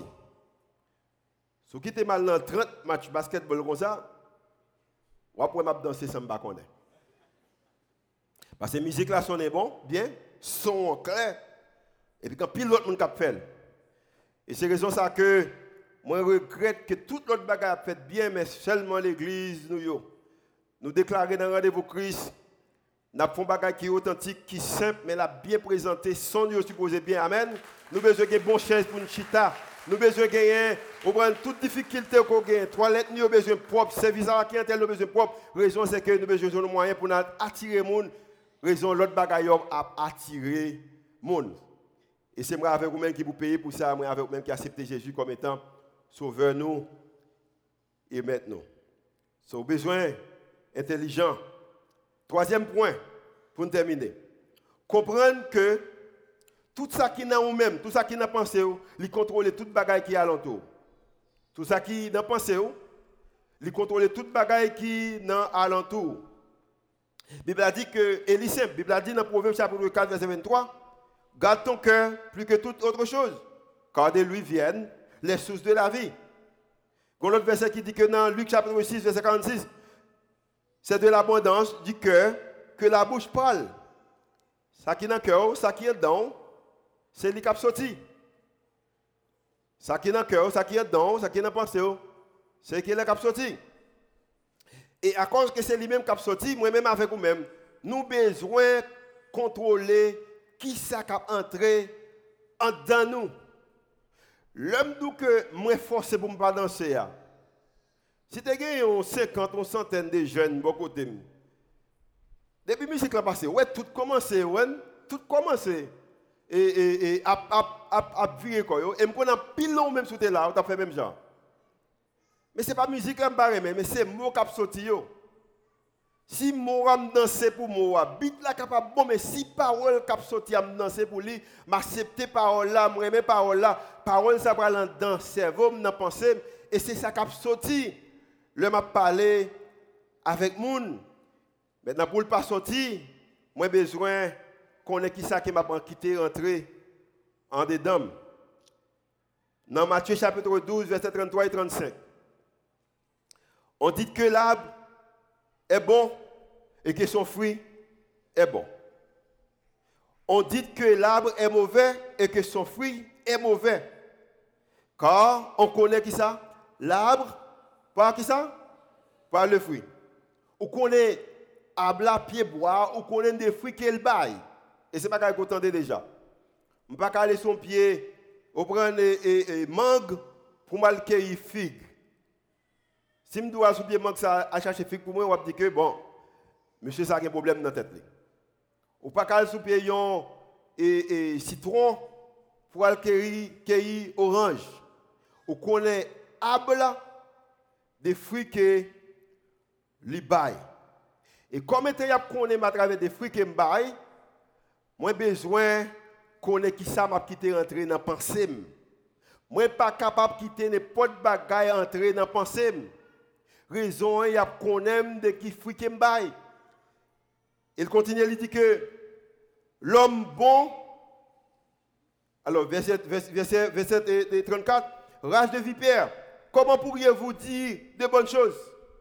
Si vous êtes mal dans trente matchs basketball comme ça, vous pouvez danser sans me connaître. Parce que la musique là sonne bon, bien, son clair. Et puis quand pile l'autre monde cap fait. Et c'est raison ça que moi regrette que tout l'autre bagage a fait bien, mais seulement l'église nous yo. Nous déclarer dans rendez-vous Christ, n'a fait un bagage qui est authentique, qui est simple, mais l'a bien présenté, son yo supposé bien. Amen. Nous besoin de bonne chaise pour une chita. Nous besoin de gagner, on prend toute difficulté qu'on gagne. Toilette nous besoin propre, service à la clientèle nous besoin propre. Raison c'est que nous besoin de moyens pour attirer monde. Raison l'autre bagaille a attiré monde. Et c'est moi avec vous-même qui vous payez pour ça, moi avec vous-même qui accepte Jésus comme étant sauveur nous et maintenant. C'est besoin intelligent. Troisième point pour terminer. Comprendre que tout ça qui est dans vous-même, tout ça qui est dans pensée, il contrôle toute bagaille qui est alentour. Tout ça qui est dans pensée, il contrôle toute bagaille qui est dans alentour. La Bible a dit que, et c'est simple, la Bible a dit dans Proverbe chapitre quatre, verset vingt-trois, garde ton cœur plus que toute autre chose, car de lui viennent les sources de la vie. Il y a un autre verset qui dit que dans Luc chapitre six, verset quarante-six, c'est de l'abondance du cœur que la bouche parle. Ça qui est dans le cœur, ça qui est dedans, c'est lui qui a sorti. Ça qui est dans le cœur, ça qui est dedans, ça qui est dans la pensée, c'est qui est qui a sorti. Et à cause que c'est lui-même qui a sorti, moi-même avec vous-même, nous avons besoin de contrôler qui ça qui a entré en dedans nous. L'homme dit que moi forcé pour ne pas danser. Si tu as cinquante ou centaine de jeunes, beaucoup de depuis la musique a passé, ouais, tout commencé, ouais, tout commencé. Et, et, et, à, à, à, à virer quoi. Et je prends pile long même sous tes là, tu as fait même genre. Mais ce n'est pas musique qui me mais c'est mot qui a sorti. Si moi am danser pour moi, bit la capable bon mais si parole qui a sorti am danser pour lui, m'accepter parole là, moi aimer parole là, parole ça va dans cerveau, dans pensée et c'est ça qui a sorti. Le m'a parlé avec moun. Maintenant pour le pas sortir, moi besoin qu'on ait qui ça qui m'a quitté rentrer en dedans. Dans Matthieu chapitre douze verset trente-trois et trente-cinq. On dit que l'arbre est bon et que son fruit est bon. On dit que l'arbre est mauvais et que son fruit est mauvais. Car on connaît qui ça? L'arbre par qui ça? Par le fruit. On connaît arbre pied bois, on connaît des fruits qu'elle baille. Et c'est pas qu'elle entendait déjà. On ne peut pas aller son pied, on prend des mangue pour mal cueillir figue. Si je dois souper mangue ça à chercher figue pour moi, on va dire que bon, monsieur ça a un problème dans la tête. Ou pas qu'elle souper et, et citron pour aller cueillir, cueillir orange. On connaît arbre des fruits que li baille. Et comme il y a connaît à travers des fruits que me baille, moi besoin connaît qui ça m'a quitté rentrer dans pensée. Moi pas capable quitter n'importe bagaille entrer dans pensée. Raison il y a connaît de qui fruit que me baille. Il continue il dit que l'homme bon alors verset verset verset trente-quatre rage de vipère, comment pourriez-vous dire de bonnes choses?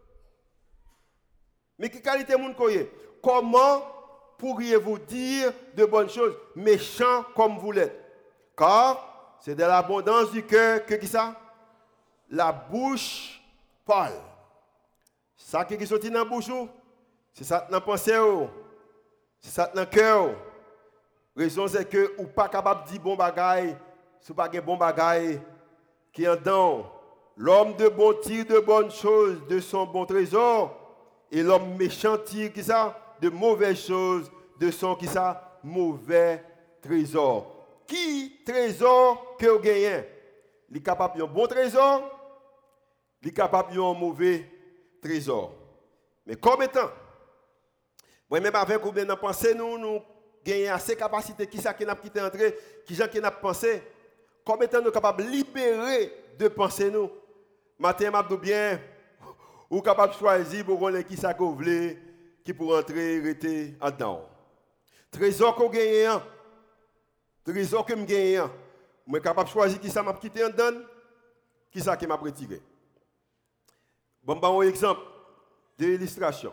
Mais quelle qualité moun koye? Comment pourriez-vous dire de bonnes choses, méchants comme vous l'êtes? Car c'est de l'abondance du cœur que qui ça? La bouche parle. Ça qui est sorti dans la bouche, c'est ça dans la pensée, c'est ça dans le cœur. La raison c'est que ou pas capable de dire bon bagaille, si pas de bon bagaille qui est dedans. L'homme de bon tire de bonnes choses de son bon trésor. Et l'homme méchant tire qui ça? De mauvaises choses de son qui ça? Mauvais trésor. Qui trésor que vous gagnez? Il est capable d'un bon trésor, il est capable d'un mauvais trésor. Mais comme étant, moi-même avec vous bien pensé, nous, nous gagnons assez de capacité qui ça qui n'a quitté entrer, qui gens qui n'a pensé, comme étant nous capables de libérer de penser nous. Matin, m'a bien. Ou capable de choisir pour qu'on ait qui ça que vous voulez, qui pour entrer, rester en dedans. Trésor qu'on gagne, trésor que me gagne, moi capable de choisir qui ça m'a quitté en dedans, qui ça qui m'a retiré. Bon, bon exemple d'illustration.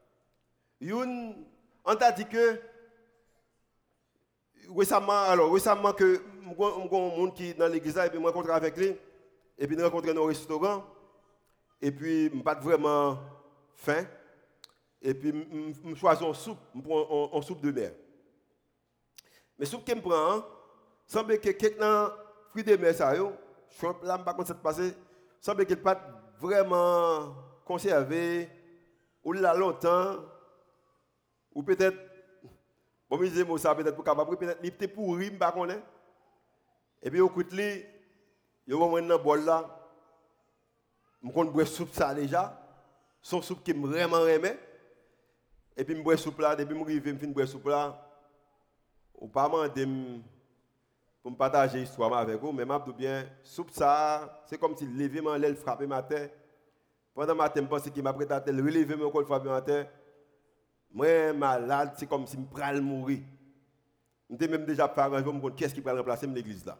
On t'a dit que récemment, alors récemment que un monde qui dans l'église et puis moi rencontre avec lui et puis nous rencontrons dans un restaurant. Et puis, je n'ai pas vraiment faim. Et puis, je choisis une soupe, je prends une soupe de mer. Mais la soupe que je prends, semble que quelqu'un fruit de mer, ça, je ne sais pas comment ça se passe, semble qu'il n'est pas vraiment conservé, ou là longtemps, ou peut-être, bon, je disais, ça peut-être pour capable, peut-être il était pourri, je ne sais pas. Et puis, au coup de lui, il y a un bol là. Je bois soupe ça déjà, son soupe qui me vraiment aimé. Et puis je bois soupe là, depuis que je suis arrivé, je bois soupe là. Ou pas demander pour me partager l'histoire avec vous, mais je dis bien, soupe ça, c'est comme si lever mon l'aile frapper ma tête. Pendant ma tête, je pense qu'il m'a prêté à tel relever mon col frapper ma tête. Moi, malade, c'est comme si je prenais mourir. Je suis même déjà parlé, je me dis qu'est-ce qui va remplacer l'église là.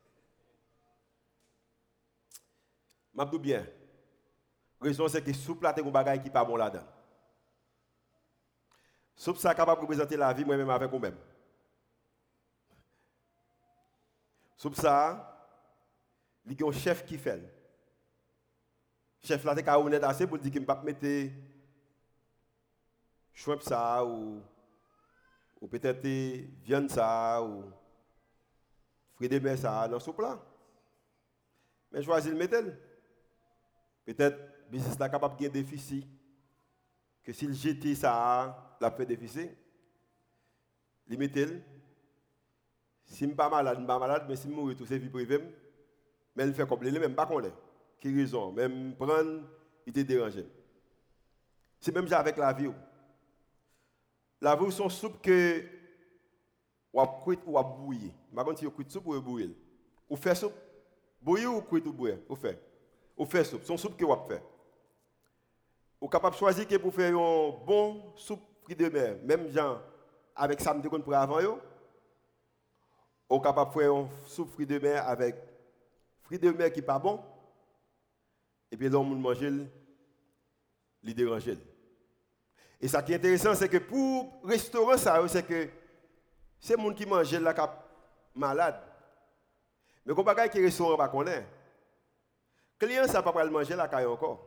Je dis bien. La raison c'est que soupe là, c'est un bagage qui n'est pas bon là-dedans. Soupe ça est capable de représenter la vie moi-même avec vous-même. Soupe ça, il y a un chef qui fait. Le chef là, c'est honnête assez pour dire qu'il ne peut pas mettre chouette ça ou, ou peut-être viande ça ou fruits de mer ça dans la soupe là. Mais choisir le mettre. Peut-être le business est capable de gagner un déficit. Que s'il jette ça, la fait déficit. Il mettre. Si je ne suis pas malade, je ne suis pas malade, mais si je mourir, tout c'est vie privée. Mais il fait comme il même pas qu'on est. Qui raison, même prendre, il te dérange. C'est même avec la vie. La vie, c'est une soupe que ou à cuire ou à bouillir. Par contre, si vous cuire soupe ou bouillir. Ou faire soupe, bouillir ou cuire ou bouillir, ou faire. Ou faire soupe, c'est une soupe que vous faites. Vous êtes capable de choisir que pour faire une bonne soupe fruits de mer, même gens avec ça me pour avant yo. Ou capable de faire une soupe fruits de mer avec fruits de mer qui pas bon. Et puis l'homme mange il dérange. Et ça qui est intéressant c'est que pour restaurant ça c'est que c'est les gens qui mangent là qui malade. Mais quand bagay qui restaurant pas connaît. Client ça pas le manger là caille encore.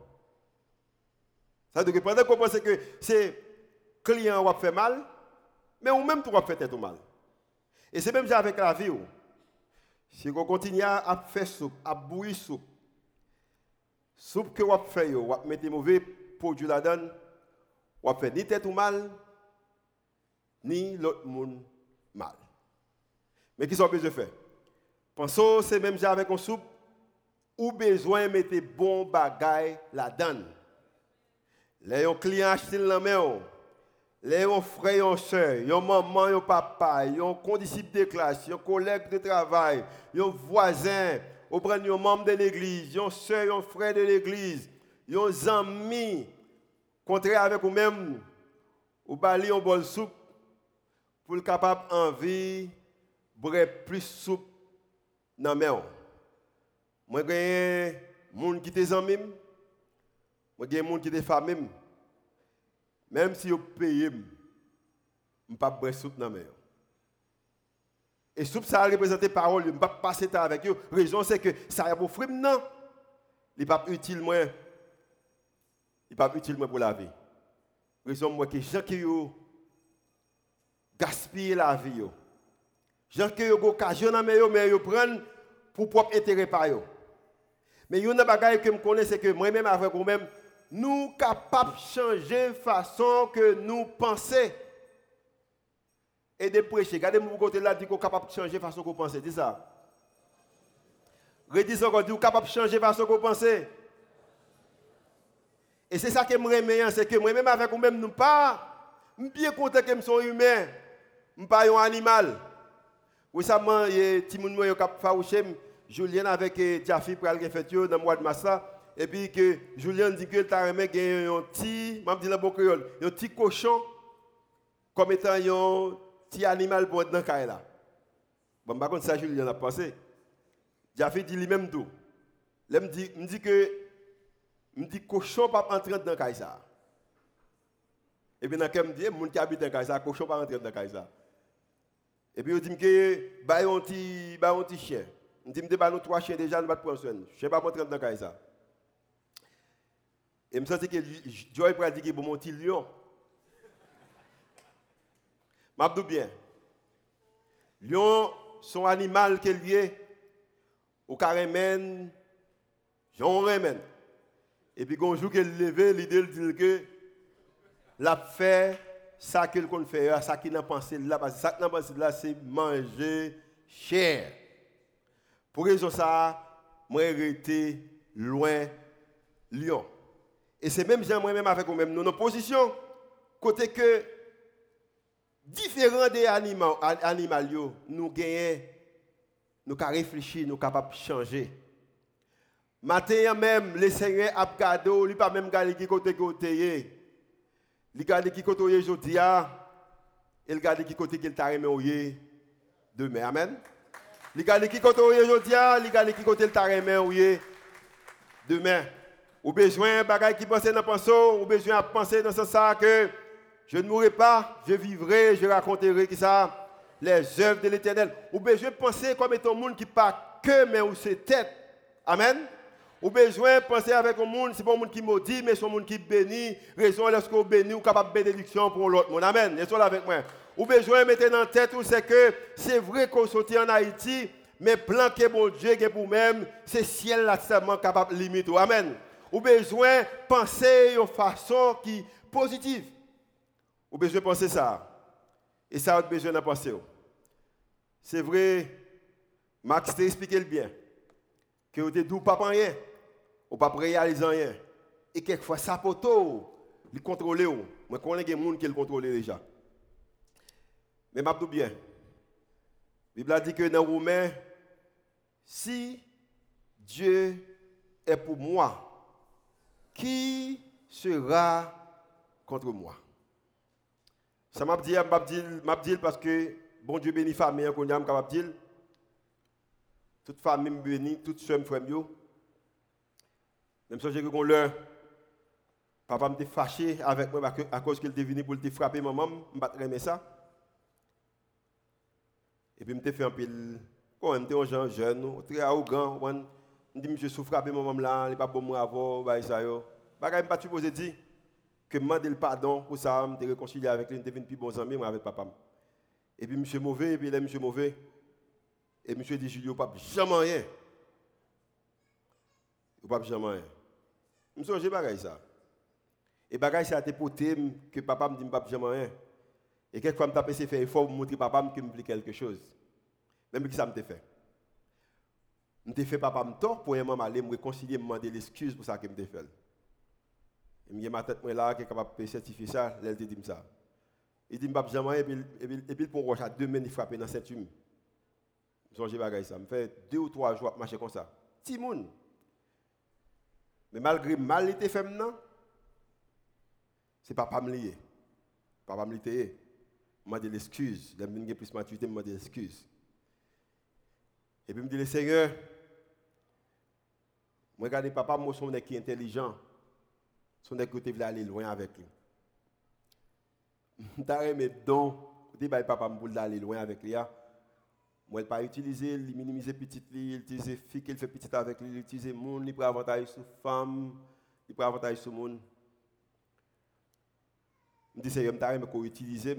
Ça veut dire que pendant qu'on pense que c'est client qui fait mal, mais ou même tu vas faire tout mal. Et c'est même ça avec la vie. Si on continue à faire soupe, à bouillir soupe, soupe que vous faites, vous mettez mauvais produit là-dedans, vous faites ni tête ou mal, ni l'autre monde mal. Mais qui sont besoin de faire? Pensons c'est même ça avec une soupe, ou besoin de mettre bon bagay là-dedans. Les clients achètent la main, les frères et sœurs, les maman, les papa, les condisciples de classe, les collègues de travail, les voisins, vous prenez les membres de l'église, les sœurs, les frères de l'église, les amis, contraire avec vous-même, vous balayez un bol de soupe pour être capable d'envie boire plus de soupe dans la main. Moi, j'ai des gens qui sont amis. Moi, j'ai des gens qui sont familles. Même si vous payez, je ne peux pas boire soupe dans la main. Et soupe, ça représente parole. Je ne peux pas passer temps avec eux. La raison, c'est que ça a pour fruit, non. Il n'est pas utile, moi. Il n'est pas utile, moi, pour la vie. La raison, moi, que les gens qui gaspillent la vie, les gens qui ont occasion dans la main, mais ils prennent pour propre intérêt par eux. Mais il y a une chose que je connais, c'est que moi-même, avec vous-même, nous sommes capables de changer la façon que nous pensons. Et de prêcher. Regardez-moi côté là, dit qu'on est capable de changer la façon que vous pensez. Dis ça. Redis encore, dit qu'on est capable de changer la façon que vous pensez. Et c'est ça que je me remercie, c'est que moi-même, avec vous-même, nous ne sommes pas bien content que nous sommes humains. Nous ne sommes pas un animal. Récemment, il y a un petit monde qui a fait Julien avec Jaffi pour aller faire dans le mois de mars. Et puis que Julien dit que tu as un petit, je dis le bon créole, un petit cochon comme étant un petit animal pour être dans le cas là. Bon, par contre, ça, Julien a pensé. Jaffi dit lui-même tout. Là, me dit, me dit que me dit cochon pas entrer dans le cas ça. Et puis dans le me dit, les gens qui habitent dans le cas ça, cochon pas entrer dans le cas ça. Et puis il dit que bah un petit bah un petit chien. On dit que nous trois chiens déjà, nous ne prendre soin. Je ne sais pas rentrer dans le ça. Et je me sens que Joy pourrait dire que bon mon petit lion. Je dis bien. Lion, son animal qui est lié au carrémen, j'en remène. Et puis quand un jour qu'il levé, l'idée dit que l'a fait ça qu'il compte faire, ça qu'il a pensé là, parce que ça qu'il a pensé là, c'est manger cher. Pour raison ça, moi j'ai été loin lion. Et c'est même gens moi-même avec vous-même, nous, nos positions, côté que différents des animaux, animaux nous gagnons, nous avons réfléchi, nous sommes capables de changer. Matin même, le Seigneur a gardé, il n'a pas même gardé qui côté côté. Il garde qui côté aujourd'hui, il garde qui côté qu'il t'a remis demain. Amen. Il garde qui côté aujourd'hui, il garde qui côté il t'a remis demain. Ou besoin de bagages qui pensent dans pensons, ou besoin de penser dans ce sens que je ne mourrai pas, je vivrai, je raconterai qui ça, les œuvres de l'Éternel. Ou besoin de penser comme étant un monde qui pas que mais ou c'est tête. Amen. Ou besoin de penser avec un monde, c'est pas un monde qui maudit, mais c'est un monde qui bénit. Raison lorsque vous bénissez, vous capable de bénédiction pour l'autre monde. Amen. Vous là avec moi. Ou besoin de mettre dans la tête, c'est que c'est vrai qu'on sortit en Haïti, mais plan que bon Dieu qui pour même, c'est ciel là seulement capable de limiter. Amen. Ou besoin de penser de façon qui est positive. Ou besoin de penser ça. Et ça, vous besoin de penser. C'est vrai, Max t'a expliqué le bien. Que vous êtes doux, pas rien. Ou pas réaliser rien. Et quelquefois, ça peut le contrôler. Moi, je connais des gens qui le contrôlent déjà. Mais je dis bien. La Bible a dit que dans Romains, si Dieu est pour moi, qui sera contre moi? Ça m'a dit, m'a dit parce que bon Dieu bénit la famille, qu'on a capable de dire. Toute famille me bénit, toute soeur me frère. Même si j'ai que leur papa me fâché avec moi à cause qu'il était venu pour te frapper maman, je ne pas ça. Et puis, je me fait un peu, quand même, un jeune, jeune, très arrogant. Je me dis, monsieur, souffre frapper maman là, il n'est pas bon moi avant, bah ça yo. Bah quand même pas supposé dire que je demande le pardon pour ça, je me réconcilier avec lui, je devenu plus bon ami avec papa. Et puis monsieur mauvais, et puis là monsieur mauvais. Et monsieur dit Julio pas jamais rien. Il pas jamais rien. Je me songe bagaille ça. Et bagaille ça a été porté que papa me dit pas jamais rien. Et quelquefois, je me suis fait effort pour montrer papa que je me quelque chose. Même que ça me fait. Je me fait papa me tort pour aller me réconcilier, me demander l'excuse pour ça que je me fait. Et je ma tête là qui est capable de certifier ça, elle dit ça. Il dit pas jamais et puis et puis pour roche à deux mains il frappe dans la ceinture. Je songe bagaille ça, me fait deux ou trois jours à marcher comme ça. Petit monde. Mais malgré mal était fait maintenant, c'est papa me lié. Papa me lié. Je me demande l'excuse. Je me dis plus maturité, je me demande l'excuse. Et puis je me dis, le Seigneur, je regarde papa, moi, son qui est intelligent. Son qui veut aller loin avec lui. Je me don, je dis, papa, je veux aller loin avec lui. Moi, je ne pas utiliser, il minimiser petit, il utiliser fille qu'il fait petit avec lui, il utiliser monde, il prend avantage sur femme, il prend avantage sur monde. Je dis, Seigneur, je vais utiliser.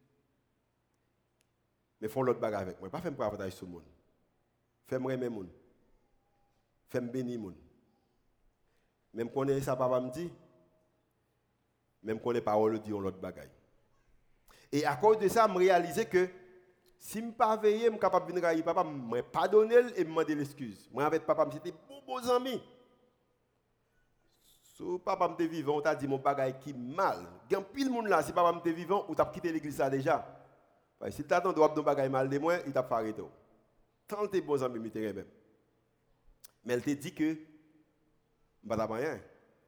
Mais font l'autre bagarre avec moi. Pas faire un avantage sur le monde. Fais-moi aimer le monde. Fais-moi bénir le monde. Même quand on est ça, papa me dit, même quand on est parole, dit on l'autre bagaille. Et à cause de ça, je réalise que si je ne suis pas veillé, je suis capable de venir à papa, je vais pardonner et me demander l'excuse. Moi, avec papa, c'était bon, bon ami. Si papa me vivant, on t'a dit mon bagaille qui mal. Il y a pile de monde là, si papa me vivant, ou t'as quitté l'église là déjà. Si tu as ton droit de bagaille mal de moi, il t'a fait arrêter. Tant tes bons amis, me même. Mais elle te dit que je ne vais pas rien.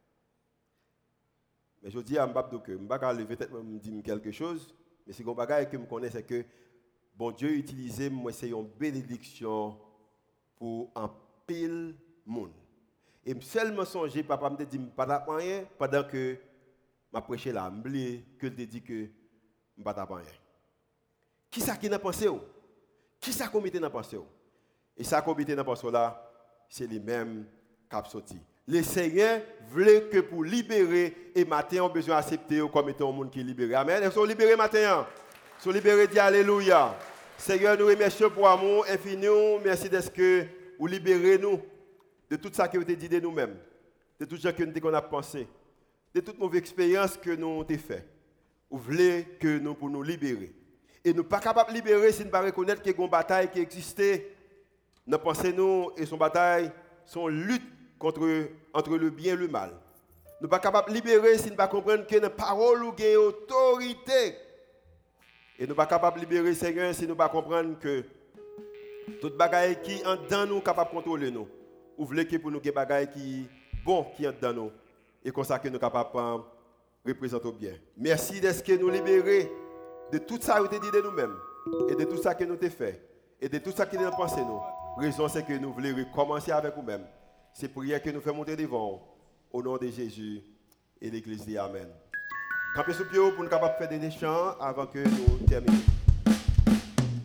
Mais je dis à Mbabdo que je ne vais pas lever tête, me dire quelque chose. Mais c'est un bagaille que je connais, c'est que bon Dieu utilisé moi c'est une bénédiction pour un pile monde. Et seulement songer papa me dit je ne vais pas rien pendant que je prêchais là, je que te dit que je ne vais pas rien. Qui ça qui n'a pensé? Qui ça comité n'a pensé? Et ça comité n'a pensé là, c'est les mêmes qui ont sorti. Le Seigneur veut que pour libérer et matin on a besoin d'accepter comme étant un monde qui est libéré. Amen. Ils sont libérés matin. Ils sont libérés, dis alléluia. Seigneur, nous remercions pour l'amour infini. Merci d'être que vous libérez nous de tout ça que vous avez dit de nous-mêmes, de tout ce que nous avons pensé, de toute mauvaise expérience que nous avons fait. Vous voulez que nous pour nous libérer. Et nous ne sommes pas capables de libérer si nous ne pas reconnaître qu'il y a une bataille qui existait. Nous pensons nous et son bataille, son lutte contre, entre le bien et le mal. Nous ne sommes pas capables de libérer si nous ne pas comprendre que nos paroles ou une autorité. Et nous ne sommes pas capables de libérer, Seigneur, si nous ne pas comprendre que toute bagaille qui est dans nous capable de contrôler nous. Vous voulez que pour nous, des bagaille qui bon qui est dans nous. Et comme ça que nous sommes capables de représenter bien. Merci d'être que nous libérer de tout ça que nous avons dit de nous-mêmes. Et de tout ça que nous avons fait. Et de tout ça que nous avons pensé nous. La raison c'est que nous voulons recommencer avec nous-mêmes. C'est prière que nous faisons monter devant. Au nom de Jésus et l'Église dit Amen. Campez sur pied pour nous capables de faire des chants avant que nous terminions.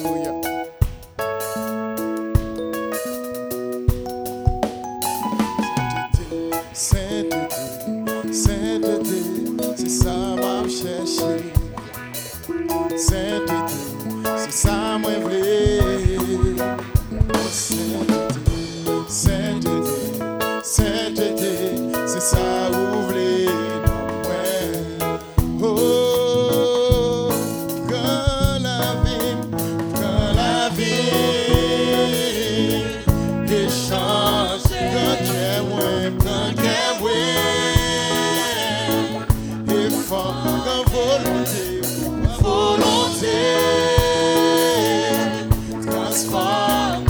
Sainteté, sainteté, c'est ça moi chercher. Sainteté, c'est ça moi vouloir. Sainteté, sainteté, sainteté, c'est ça où voulez nous. Oh, quand la vie, quand la vie échange, quand qu'est moi, quand qu'est moi, et fort, quand volonté, volonté, transforme.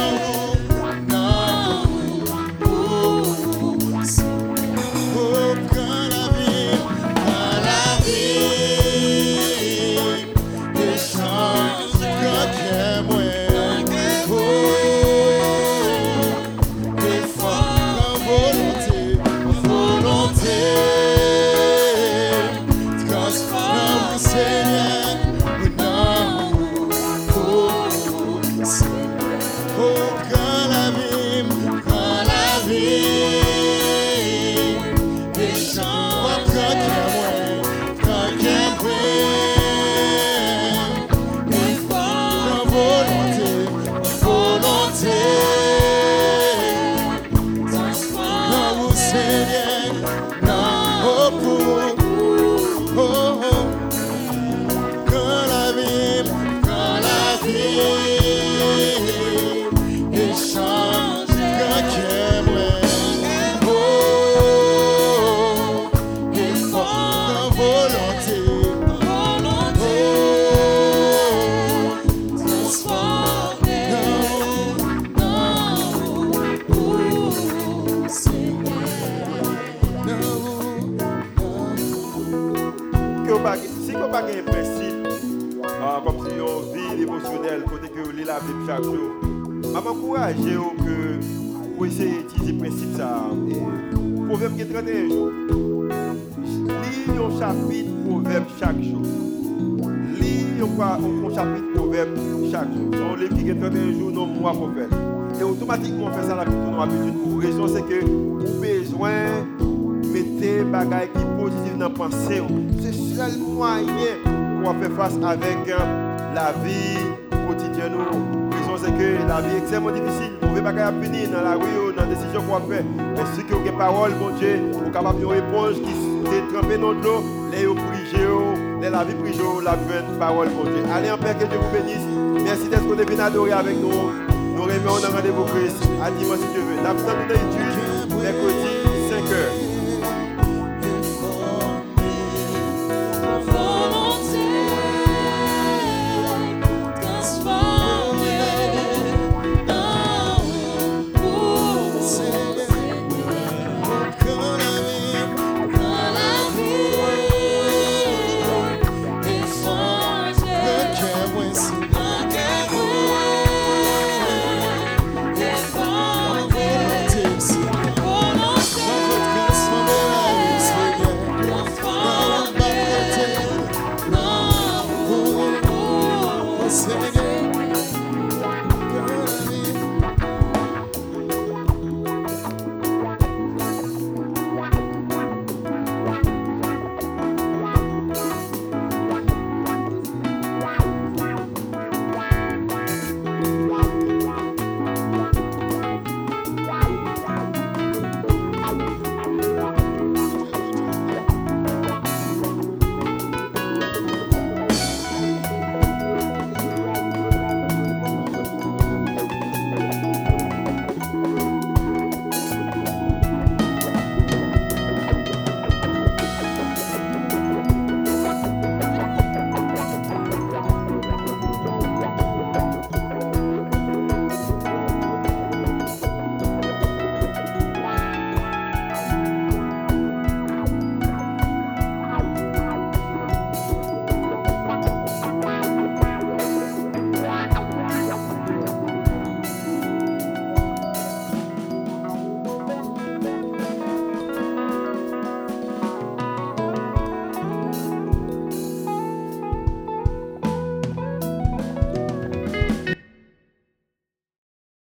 Si on n'a pas un principe, euh, comme si on vit émotionnel, côté que vous lisez la Bible chaque jour, je m'encourage que vous essayez d'utiliser le principe ça. Proverbe qui est trente et un jours. Lisez un chapitre Proverbe chaque jour. Lisez un chapitre Proverbe chaque jour. C'est un livre qui est trente et un jours, non mois pour faire. Et automatiquement, on fait ça la plutôt dans l'habitude. Pour raison, c'est que vous avez besoin de mettre des bagages qui sont positifs dans la pensée. C'est le seul moyen pour faire face avec la vie quotidienne. La raison, c'est que la vie est extrêmement difficile. Vous pouvez pas finir dans la rue, dans la décision qu'on fait. Mais si vous avez une parole, mon Dieu, vous êtes capable de une éponge qui est trempée dans l'eau, les vous priez, la vie priez, la parole, mon Dieu. Allez en paix, que Dieu vous bénisse. Merci d'être venu adorer avec nous. Nous remettons dans rendez-vous Christ à dimanche si Dieu veut. Nous avons une étude mercredi cinq heures. Say